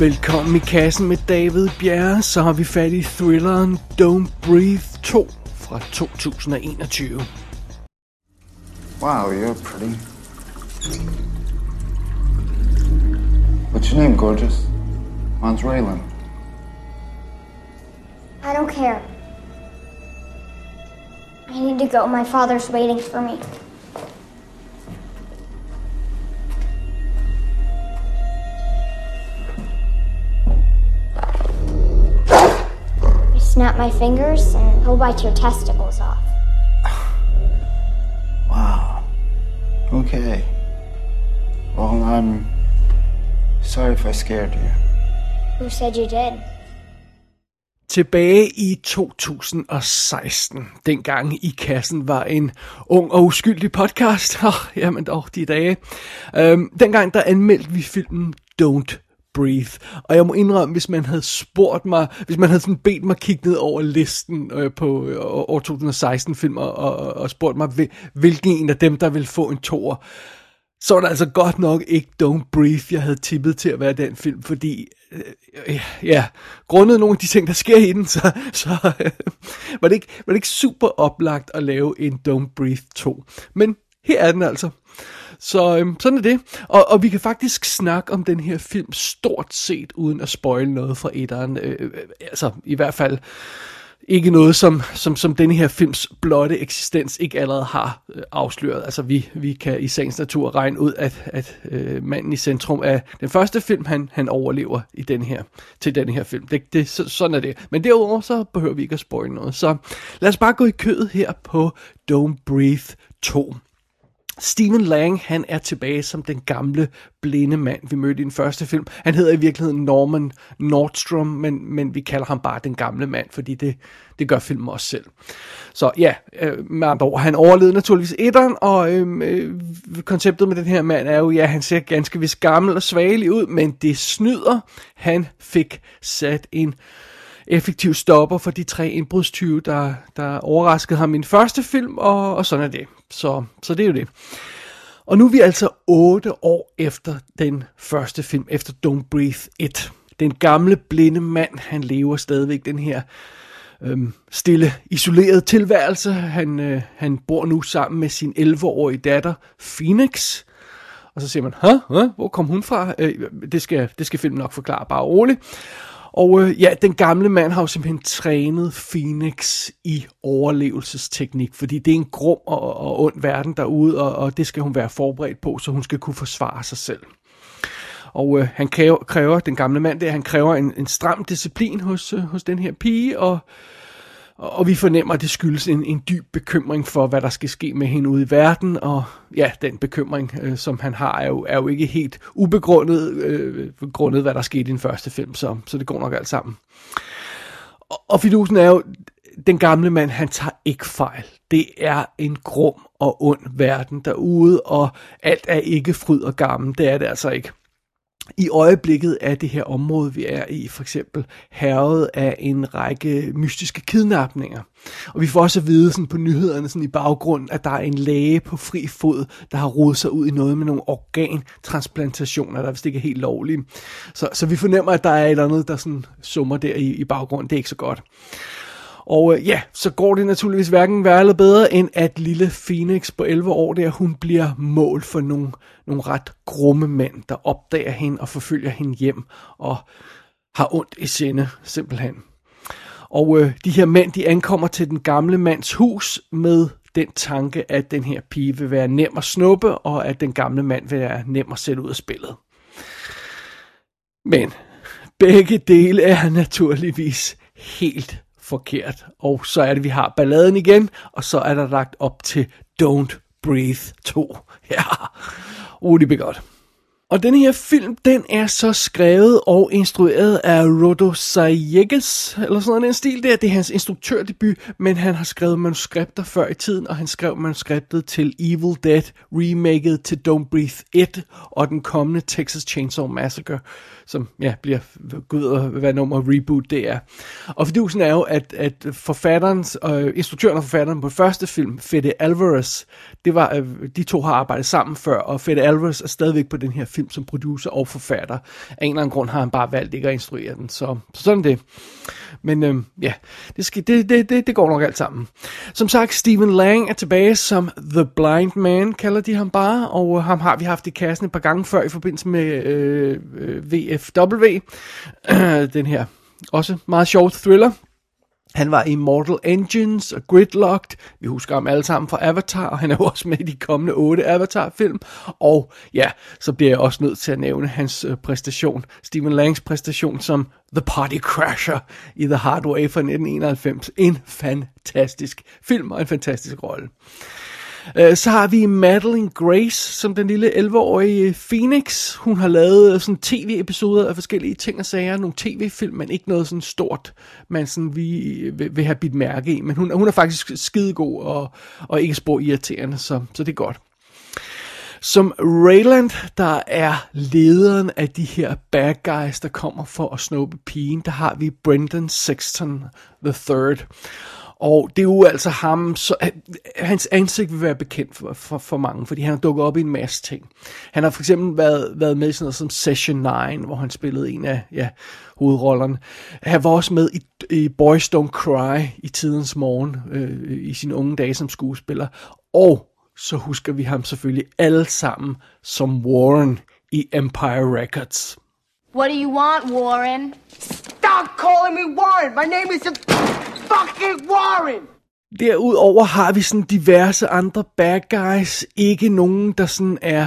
Velkommen i kassen med David Bjerre, så har vi fat i thrilleren Don't Breathe 2 fra 2021. Wow, you're pretty. What's your name, gorgeous? Mine's Raylan. I don't care. I need to go. My father's waiting for me. Snap my fingers and he'll bite your testicles off. Wow. Okay. Well, I'm sorry if I scared you. Who said you did? Tilbage i 2016, dengang I kassen var en ung og uskyldig podcast. Jamen dog, de dage. Dengang der anmeldte vi filmen Don't Breathe. Og jeg må indrømme, hvis man havde spurgt mig, hvis man havde sådan bedt mig kigge ned over listen på år 2016 film og spurgt mig, hvilken en af dem, der ville få en toer, så var det altså godt nok ikke Don't Breathe, jeg havde tippet til at være den film, fordi, grundet nogle af de ting, der sker i den, så var det ikke super oplagt at lave en Don't Breathe 2. Men her er den altså. Så sådan er det. Og vi kan faktisk snakke om den her film stort set uden at spoile noget fra etteren. Altså i hvert fald ikke noget, som denne her films blotte eksistens ikke allerede har afsløret. Altså vi kan i sagens natur regne ud, at manden i centrum af den første film, han overlever i til den her film. Sådan er det. Men derudover så behøver vi ikke at spoile noget. Så lad os bare gå i kødet her på Don't Breathe 2. Stephen Lang, han er tilbage som den gamle blinde mand, vi mødte i den første film. Han hedder i virkeligheden Norman Nordstrom, men vi kalder ham bare den gamle mand, fordi det gør filmen også selv. Så ja, med andre ord, han overlevede naturligvis etteren, og konceptet med den her mand er jo, ja, han ser ganske vist gammel og svagelig ud, men det snyder. Han fik sat en effektiv stopper for de 3 indbrudstyve, der overraskede ham i den første film, og sådan er det. Så det er jo det. Og nu er vi altså 8 år efter den første film, efter Don't Breathe 1. Den gamle blinde mand, han lever stadigvæk den her stille, isolerede tilværelse. Han bor nu sammen med sin 11-årige datter, Phoenix. Og så siger man, hvor kom hun fra? Det skal filmen nok forklare, bare roligt. Og den gamle mand har jo simpelthen trænet Phoenix i overlevelsesteknik, fordi det er en grum og ond verden derude, og det skal hun være forberedt på, så hun skal kunne forsvare sig selv. Og han kræver, den gamle mand, han kræver en stram disciplin hos den her pige, og vi fornemmer, at det skyldes en dyb bekymring for, hvad der skal ske med hende ude i verden, og ja, den bekymring, som han har, er jo ikke helt ubegrundet, grundet hvad der skete i den første film, så det går nok alt sammen. Og fidusen er jo, den gamle mand, han tager ikke fejl. Det er en grum og ond verden derude, og alt er ikke fryd og gammel, det er det altså ikke. I øjeblikket er det her område, vi er i, for eksempel hærget af en række mystiske kidnapninger. Og vi får også at vide sådan på nyhederne sådan i baggrunden, at der er en læge på fri fod, der har rodet sig ud i noget med nogle organtransplantationer, der vist ikke er helt lovlige. Så vi fornemmer, at der er et eller andet, der sådan summer der i baggrunden. Det er ikke så godt. Og så går det naturligvis hverken værre eller bedre, end at lille Phoenix på 11 år der, hun bliver mål for nogle ret grumme mænd, der opdager hende og forfølger hende hjem og har ondt i sinde, simpelthen. Og de her mænd, de ankommer til den gamle mands hus med den tanke, at den her pige vil være nem at snuppe, og at den gamle mand vil være nem at sætte ud af spillet. Men begge dele er naturligvis helt forkert. Og så er det, vi har balladen igen, og så er der lagt op til Don't Breathe 2. Ja, det bliver godt. Og den her film, den er så skrevet og instrueret af Rodo Sayegis, eller sådan en stil der. Det er hans instruktørdebut, men han har skrevet manuskripter før i tiden, og han skrev manuskriptet til Evil Dead, remaket til Don't Breathe 1, og den kommende Texas Chainsaw Massacre, som bliver gud og hvad nummer reboot det er. Og fidusen er jo, at forfatterens, instruktøren og forfatteren på første film, Fede Alvarez, de to har arbejdet sammen før, og Fede Alvarez er stadigvæk på den her film film som producer og forfatter. Af en eller anden grund har han bare valgt ikke at instruere den, så sådan det. Men ja, det går nok alt sammen. Som sagt, Stephen Lang er tilbage som The Blind Man, kalder de ham bare, og ham har vi haft i kassen et par gange før i forbindelse med VFW, den her også meget sjov thriller. Han var i Mortal Engines og Gridlocked. Vi husker ham alle sammen fra Avatar, og han er jo også med i de kommende 8 Avatar-film. Og ja, så bliver jeg også nødt til at nævne hans præstation, Stephen Langs præstation som The Party Crasher i The Hard Way fra 1991. En fantastisk film og en fantastisk rolle. Så har vi Madeline Grace som den lille 11-årige Phoenix. Hun har lavet sådan tv-episoder af forskellige ting og sager. Nogle tv-film, men ikke noget sådan stort, man sådan vil have bidt mærke i. Men hun er faktisk skidegod og ikke spor irriterende, så det er godt. Som Rayland, der er lederen af de her bad guys, der kommer for at snuppe pigen, der har vi Brendan Sexton III. Og det er jo altså ham, så hans ansigt vil være bekendt for mange, fordi han har dukket op i en masse ting. Han har for eksempel været med i sådan noget som Session 9, hvor han spillede en af hovedrollerne. Han var også med i Boys Don't Cry i tidens morgen, i sine unge dage som skuespiller. Og så husker vi ham selvfølgelig alle sammen som Warren i Empire Records. What do you want, Warren? Stop calling me Warren! My name is fucking Warren! Derudover har vi sådan diverse andre bad guys. Ikke nogen, der sådan er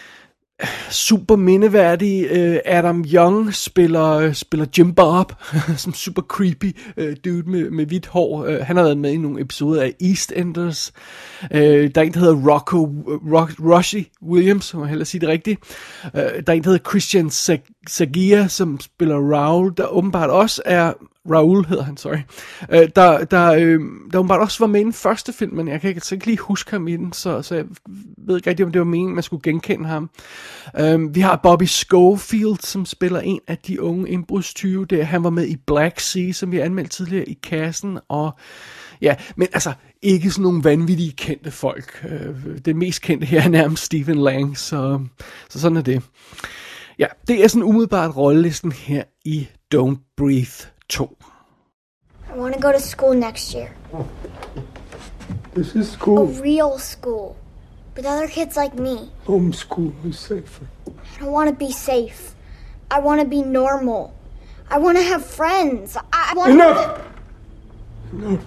super mindeværdige. Adam Young spiller Jim Bob, som super creepy dude med hvidt hår. Han har været med i nogle episoder af EastEnders. Der er en, der hedder Rushy Williams, må jeg hellere sige det rigtigt. Der er en, der hedder Christian Zagia, som spiller Raoul, der åbenbart også er... Raoul hedder han, sorry. Der åbenbart også var med i den første film, men jeg kan ikke lige huske ham i den, så jeg ved ikke rigtig, om det var meningen, man skulle genkende ham. Vi har Bobby Schofield, som spiller en af de unge indbrudstyve der. Han var med i Black Sea, som vi har anmeldt tidligere i kassen, og ja, men altså ikke sådan nogle vanvittige kendte folk. Det mest kendte her er nærmest Stephen Lang, så sådan er det. Ja, det er sådan umiddelbart rollelisten her i Don't Breathe 2. I want to go to school next year. This is school. A real school. With other kids like me. Homeschool is safer. I don't want to be safe. I want to be normal. I want to have friends. I want Enough! Enough.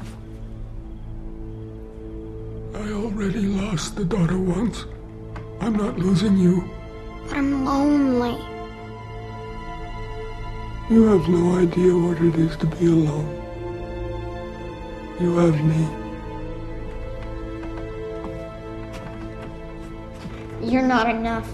I already lost the daughter once. I'm not losing you. But I'm lonely. You have no idea what it is to be alone. You have me. You're not enough.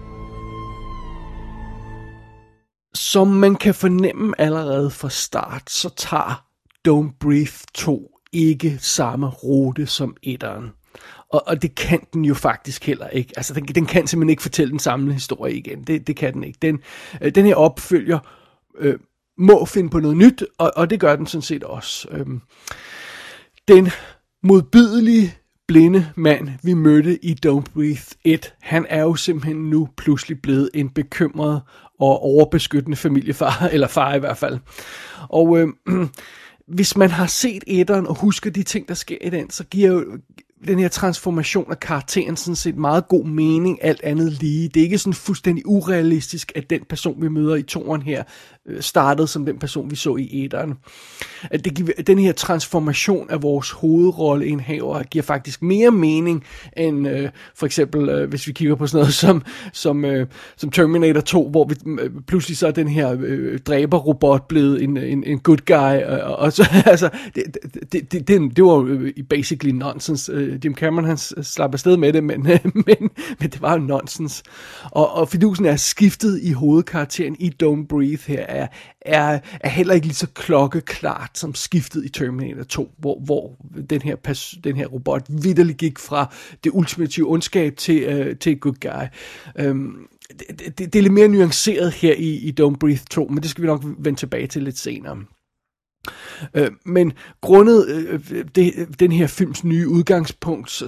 Som man kan fornemme allerede fra start, så tager Don't Breathe 2 ikke samme rute som etteren. Og det kan den jo faktisk heller ikke. Altså, den kan simpelthen ikke fortælle den samme historie igen. Det kan den ikke. Den her opfølger må finde på noget nyt, og det gør den sådan set også. Den modbydelige blinde mand, vi mødte i Don't Breathe 1, han er jo simpelthen nu pludselig blevet en bekymret og overbeskyttende familiefar, eller far i hvert fald. Og hvis man har set etteren og husker de ting, der sker i den, så giver jo den her transformation af karakteren sådan set meget god mening, alt andet lige. Det er ikke sådan fuldstændig urealistisk, at den person, vi møder i toeren her, startede som den person, vi så i etteren. At den her transformation af vores hovedrolleindhaver giver faktisk mere mening, end for eksempel, hvis vi kigger på sådan noget som Terminator 2, hvor vi pludselig så er den her dræberrobot blevet en good guy, og så, altså, det var jo basically nonsense. Jim Cameron, han slap afsted med det, men det var jo nonsens. Og fidusen er skiftet i hovedkarakteren i Don't Breathe her, er heller ikke lige så klokkeklart som skiftet i Terminator 2, hvor den her robot vitterligt gik fra det ultimative ondskab til good guy. Det er lidt mere nuanceret her i Don't Breathe 2, men det skal vi nok vende tilbage til lidt senere. Men grundet den her films nye udgangspunkt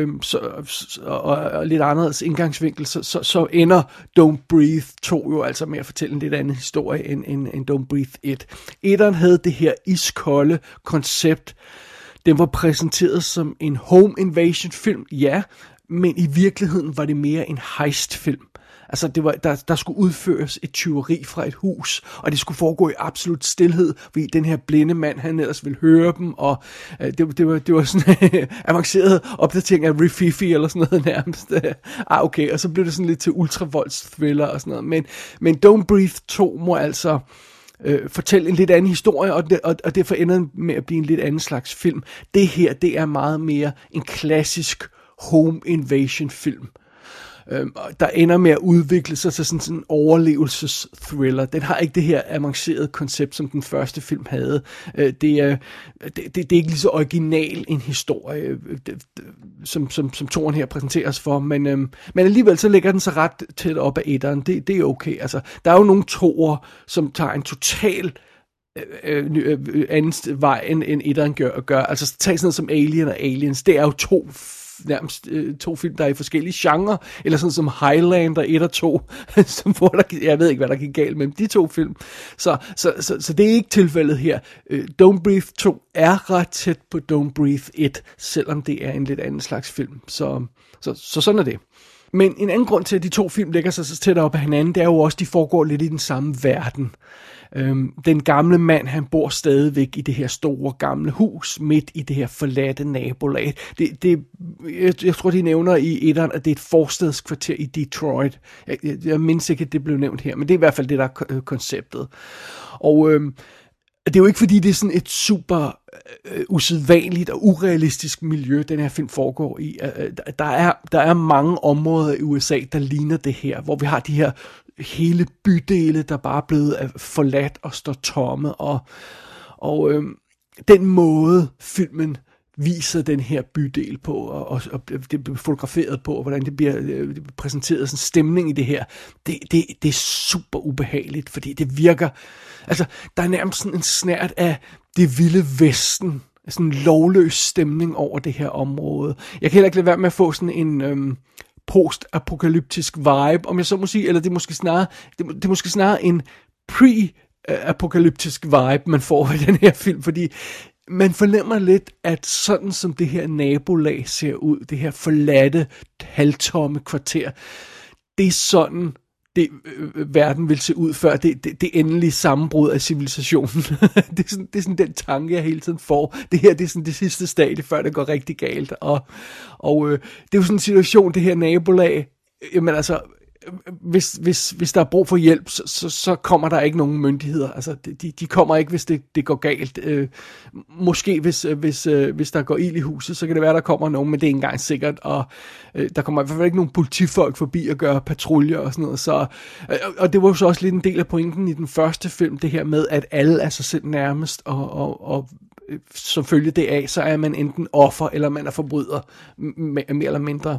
og lidt anderledes indgangsvinkel, så ender Don't Breathe 2 jo altså med at fortælle en lidt anden historie end Don't Breathe 1. Etteren havde det her iskolde koncept. Den var præsenteret som en home invasion film, ja, men i virkeligheden var det mere en heist-film. Altså, der skulle udføres et tyveri fra et hus, og det skulle foregå i absolut stilhed, fordi den her blinde mand, han ellers ville høre dem, og det var sådan en avanceret opdatering af Rififi eller sådan noget nærmest. Okay, og så blev det sådan lidt til ultravolds-thriller og sådan noget. Men Don't Breathe 2 må altså fortælle en lidt anden historie, og derfor ender den med at blive en lidt anden slags film. Det her, det er meget mere en klassisk home invasion film. Der ender med at udvikle sig til sådan en overlevelses-thriller. Den har ikke det her avancerede koncept, som den første film havde. Det er ikke lige så original en historie, som toren her præsenteres for, men alligevel så ligger den så ret tæt op af etteren. Det er okay. Altså, der er jo nogle toer, som tager en total anden vej, end etteren gør. Altså, tag sådan noget som Alien og Aliens. Det er jo nærmest to film, der er i forskellige genrer, eller sådan som Highlander 1 og 2, jeg ved ikke, hvad der gik galt mellem de to film. Så det er ikke tilfældet her. Don't Breathe 2 er ret tæt på Don't Breathe 1, selvom det er en lidt anden slags film. Så sådan er det. Men en anden grund til, at de to film lægger sig så tæt op af hinanden, det er jo også, at de foregår lidt i den samme verden. Den gamle mand, han bor stadigvæk i det her store gamle hus, midt i det her forladte nabolag. Jeg tror, de nævner i etteren, at det er et forstadskvarter i Detroit. Jeg mindes ikke, at det blev nævnt her, men det er i hvert fald det, der er konceptet. Og det er jo ikke, fordi det er sådan et super usædvanligt og urealistisk miljø, den her film foregår i. Der er mange områder i USA, der ligner det her, hvor vi har de her hele bydele, der bare er blevet forladt og står tomme, og den måde filmen viser den her bydel på, og det bliver fotograferet på, og hvordan det bliver præsenteret, sådan stemning i det her, det er super ubehageligt, fordi det virker, altså der er nærmest sådan en snert af det vilde vesten, sådan en lovløs stemning over det her område. Jeg kan heller ikke lade være med at få sådan en post-apokalyptisk vibe, om jeg så må sige, eller det er måske snarere en pre-apokalyptisk vibe, man får i den her film, fordi man fornemmer lidt, at sådan som det her nabolag ser ud, det her forladte, halvtomme kvarter, det er sådan, verden vil se ud før det endelige sammenbrud af civilisationen. det er sådan den tanke, jeg hele tiden får. Det her, det er sådan det sidste stadie, før det går rigtig galt. Og det er jo sådan en situation, det her nabolag, jamen altså, hvis der er brug for hjælp, så kommer der ikke nogen myndigheder. Altså, de kommer ikke, hvis det går galt. Måske hvis der går ild i huset, så kan det være, der kommer nogen, men det er ikke engang sikkert. Og der kommer i hvert fald ikke nogen politifolk forbi og gøre patruljer og sådan noget. Så, og det var jo så også lidt en del af pointen i den første film, det her med, at alle er sig selv nærmest, og som følge det af, så er man enten offer, eller man er forbryder, mere eller mindre.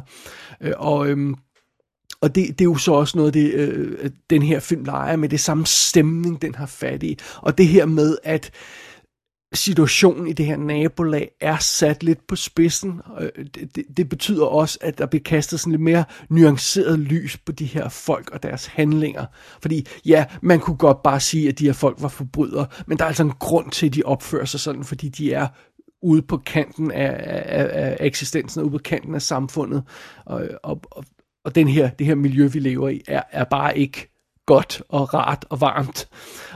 Og det er jo så også noget, den her film leger med, det samme stemning, den har fat i. Og det her med, at situationen i det her nabolag er sat lidt på spidsen. Det betyder også, at der bliver kastet sådan lidt mere nuanceret lys på de her folk og deres handlinger. Fordi ja, man kunne godt bare sige, at de her folk var forbrydere, men der er altså en grund til, at de opfører sig sådan, fordi de er ude på kanten af eksistensen, ude på kanten af samfundet, og det her miljø, vi lever i, er bare ikke godt og rart og varmt.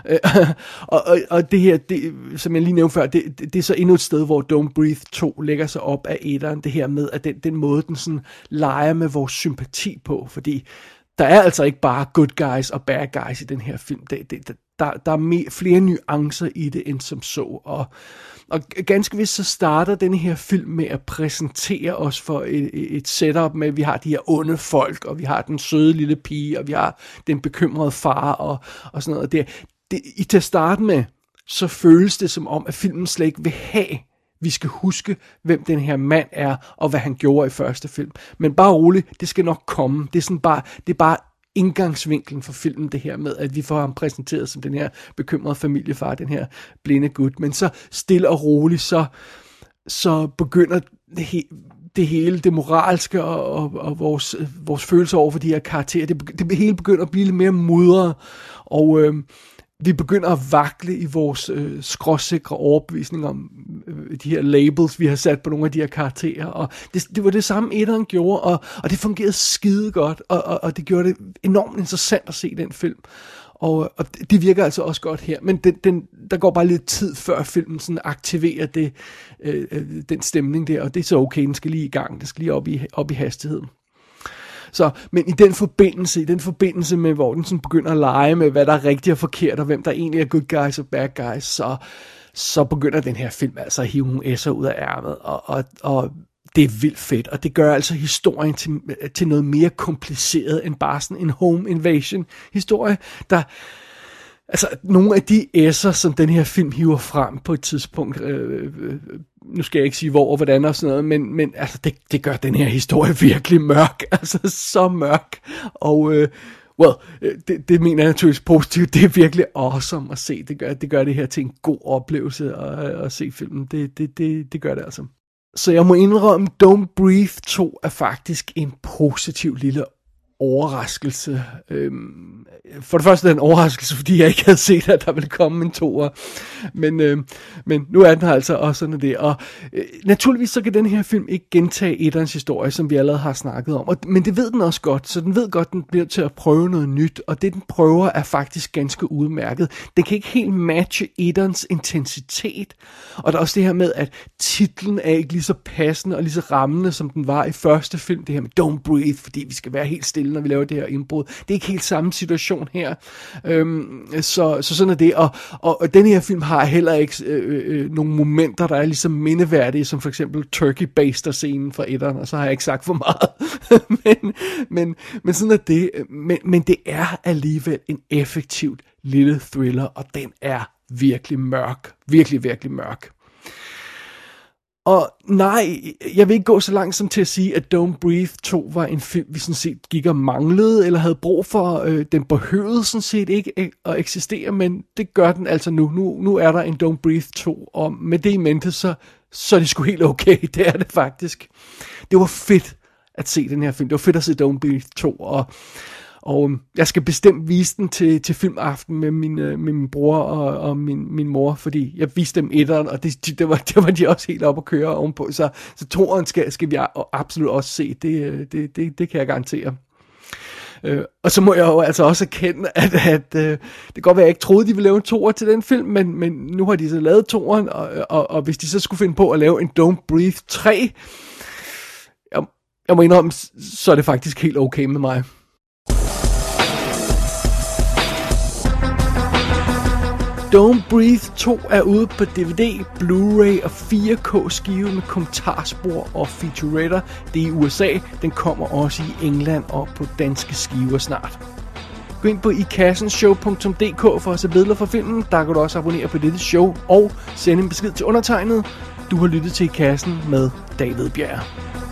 Og det her, som jeg lige nævnte før, det er så endnu et sted, hvor Don't Breathe 2 lægger sig op af etteren. Det her med, at den måde, den sådan leger med vores sympati på. Fordi der er altså ikke bare good guys og bad guys i den her film. Der er flere nuancer i det, end som så. Og ganske vist så starter den her film med at præsentere os for et setup med, at vi har de her onde folk, og vi har den søde lille pige, og vi har den bekymrede far, og sådan noget. Til at starte med, så føles det som om, at filmen slet ikke vil have, vi skal huske, hvem den her mand er, og hvad han gjorde i første film. Men bare roligt, det skal nok komme. Det er bare indgangsvinklen for filmen, det her med, at vi får ham præsenteret som den her bekymrede familiefar, den her blinde gut, men så stille og roligt, så begynder det hele, det moralske og vores følelser over for de her karakterer, det hele begynder at blive lidt mere mudret, og vi begynder at vakle i vores skråsikre overbevisning om de her labels, vi har sat på nogle af de her karakterer, og det var det samme etteren gjorde, og det fungerede skide godt, og det gjorde det enormt interessant at se den film. Og det virker altså også godt her, men der går bare lidt tid, før filmen sådan aktiverer den stemning der, og det er så okay, den skal lige i gang, den skal lige op i hastigheden. Så, men i den forbindelse med, hvor den sådan begynder at lege med, hvad der er rigtigt og forkert, og hvem der egentlig er good guys og bad guys, så begynder den her film altså at hive nogle esser ud af ærmet, og det er vildt fedt, og det gør altså historien til noget mere kompliceret end bare sådan en home invasion historie, der altså nogle af de esser, som den her film hiver frem på et tidspunkt, nu skal jeg ikke sige hvor og hvordan og sådan noget, men altså det gør den her historie virkelig mørk, altså så mørk, og det mener jeg naturligvis positivt, det er virkelig awesome at se, det gør det her til en god oplevelse at se filmen, det gør det altså. Så jeg må indrømme, Don't Breathe 2 er faktisk en positiv lille overraskelse. For det første er det en overraskelse, fordi jeg ikke havde set, at der ville komme en toer. Men nu er den her altså også sådan det. Og naturligvis så kan den her film ikke gentage etterens historie, som vi allerede har snakket om. Men det ved den også godt, så den ved godt, at den bliver til at prøve noget nyt. Og det den prøver er faktisk ganske udmærket. Den kan ikke helt matche etterens intensitet. Og der er også det her med, at titlen er ikke lige så passende og lige så rammende, som den var i første film. Det her med Don't Breathe, fordi vi skal være helt stille, når vi laver det her indbrud. Det er ikke helt samme situation her. Så sådan er det. Og den her film har heller ikke nogle momenter, der er ligesom mindeværdige, som for eksempel Turkey Baster-scenen fra etteren, og så har jeg ikke sagt for meget. men sådan er det. Men det er alligevel en effektivt lille thriller, og den er virkelig mørk. Virkelig, virkelig mørk. Og nej, jeg vil ikke gå så langt som til at sige, at Don't Breathe 2 var en film, vi sådan set gik og manglede, eller havde brug for. Den behøvede sådan set ikke at eksistere, men det gør den altså nu. Nu er der en Don't Breathe 2, og med det i mente, så er det sgu helt okay. Det er det faktisk. Det var fedt at se den her film. Det var fedt at se Don't Breathe 2, og jeg skal bestemt vise den til filmaften med min bror og min mor, fordi jeg viste dem etteren, og det var de også helt op at køre ovenpå. Så toeren skal vi absolut også se, det kan jeg garantere. Og så må jeg jo altså også erkende, at det kan godt være, at jeg ikke troede, de ville lave en toer til den film, men nu har de så lavet toeren, og hvis de så skulle finde på at lave en Don't Breathe 3, jeg må indrømme, så er det faktisk helt okay med mig. Don't Breathe 2 er ude på DVD, Blu-ray og 4K skive med kommentarspor og featuretter. Det er i USA. Den kommer også i England og på danske skiver snart. Gå ind på ikassenshow.dk for at se billeder fra filmen. Der kan du også abonnere på dette show og sende en besked til undertegnet. Du har lyttet til I Kassen med David Bjerg.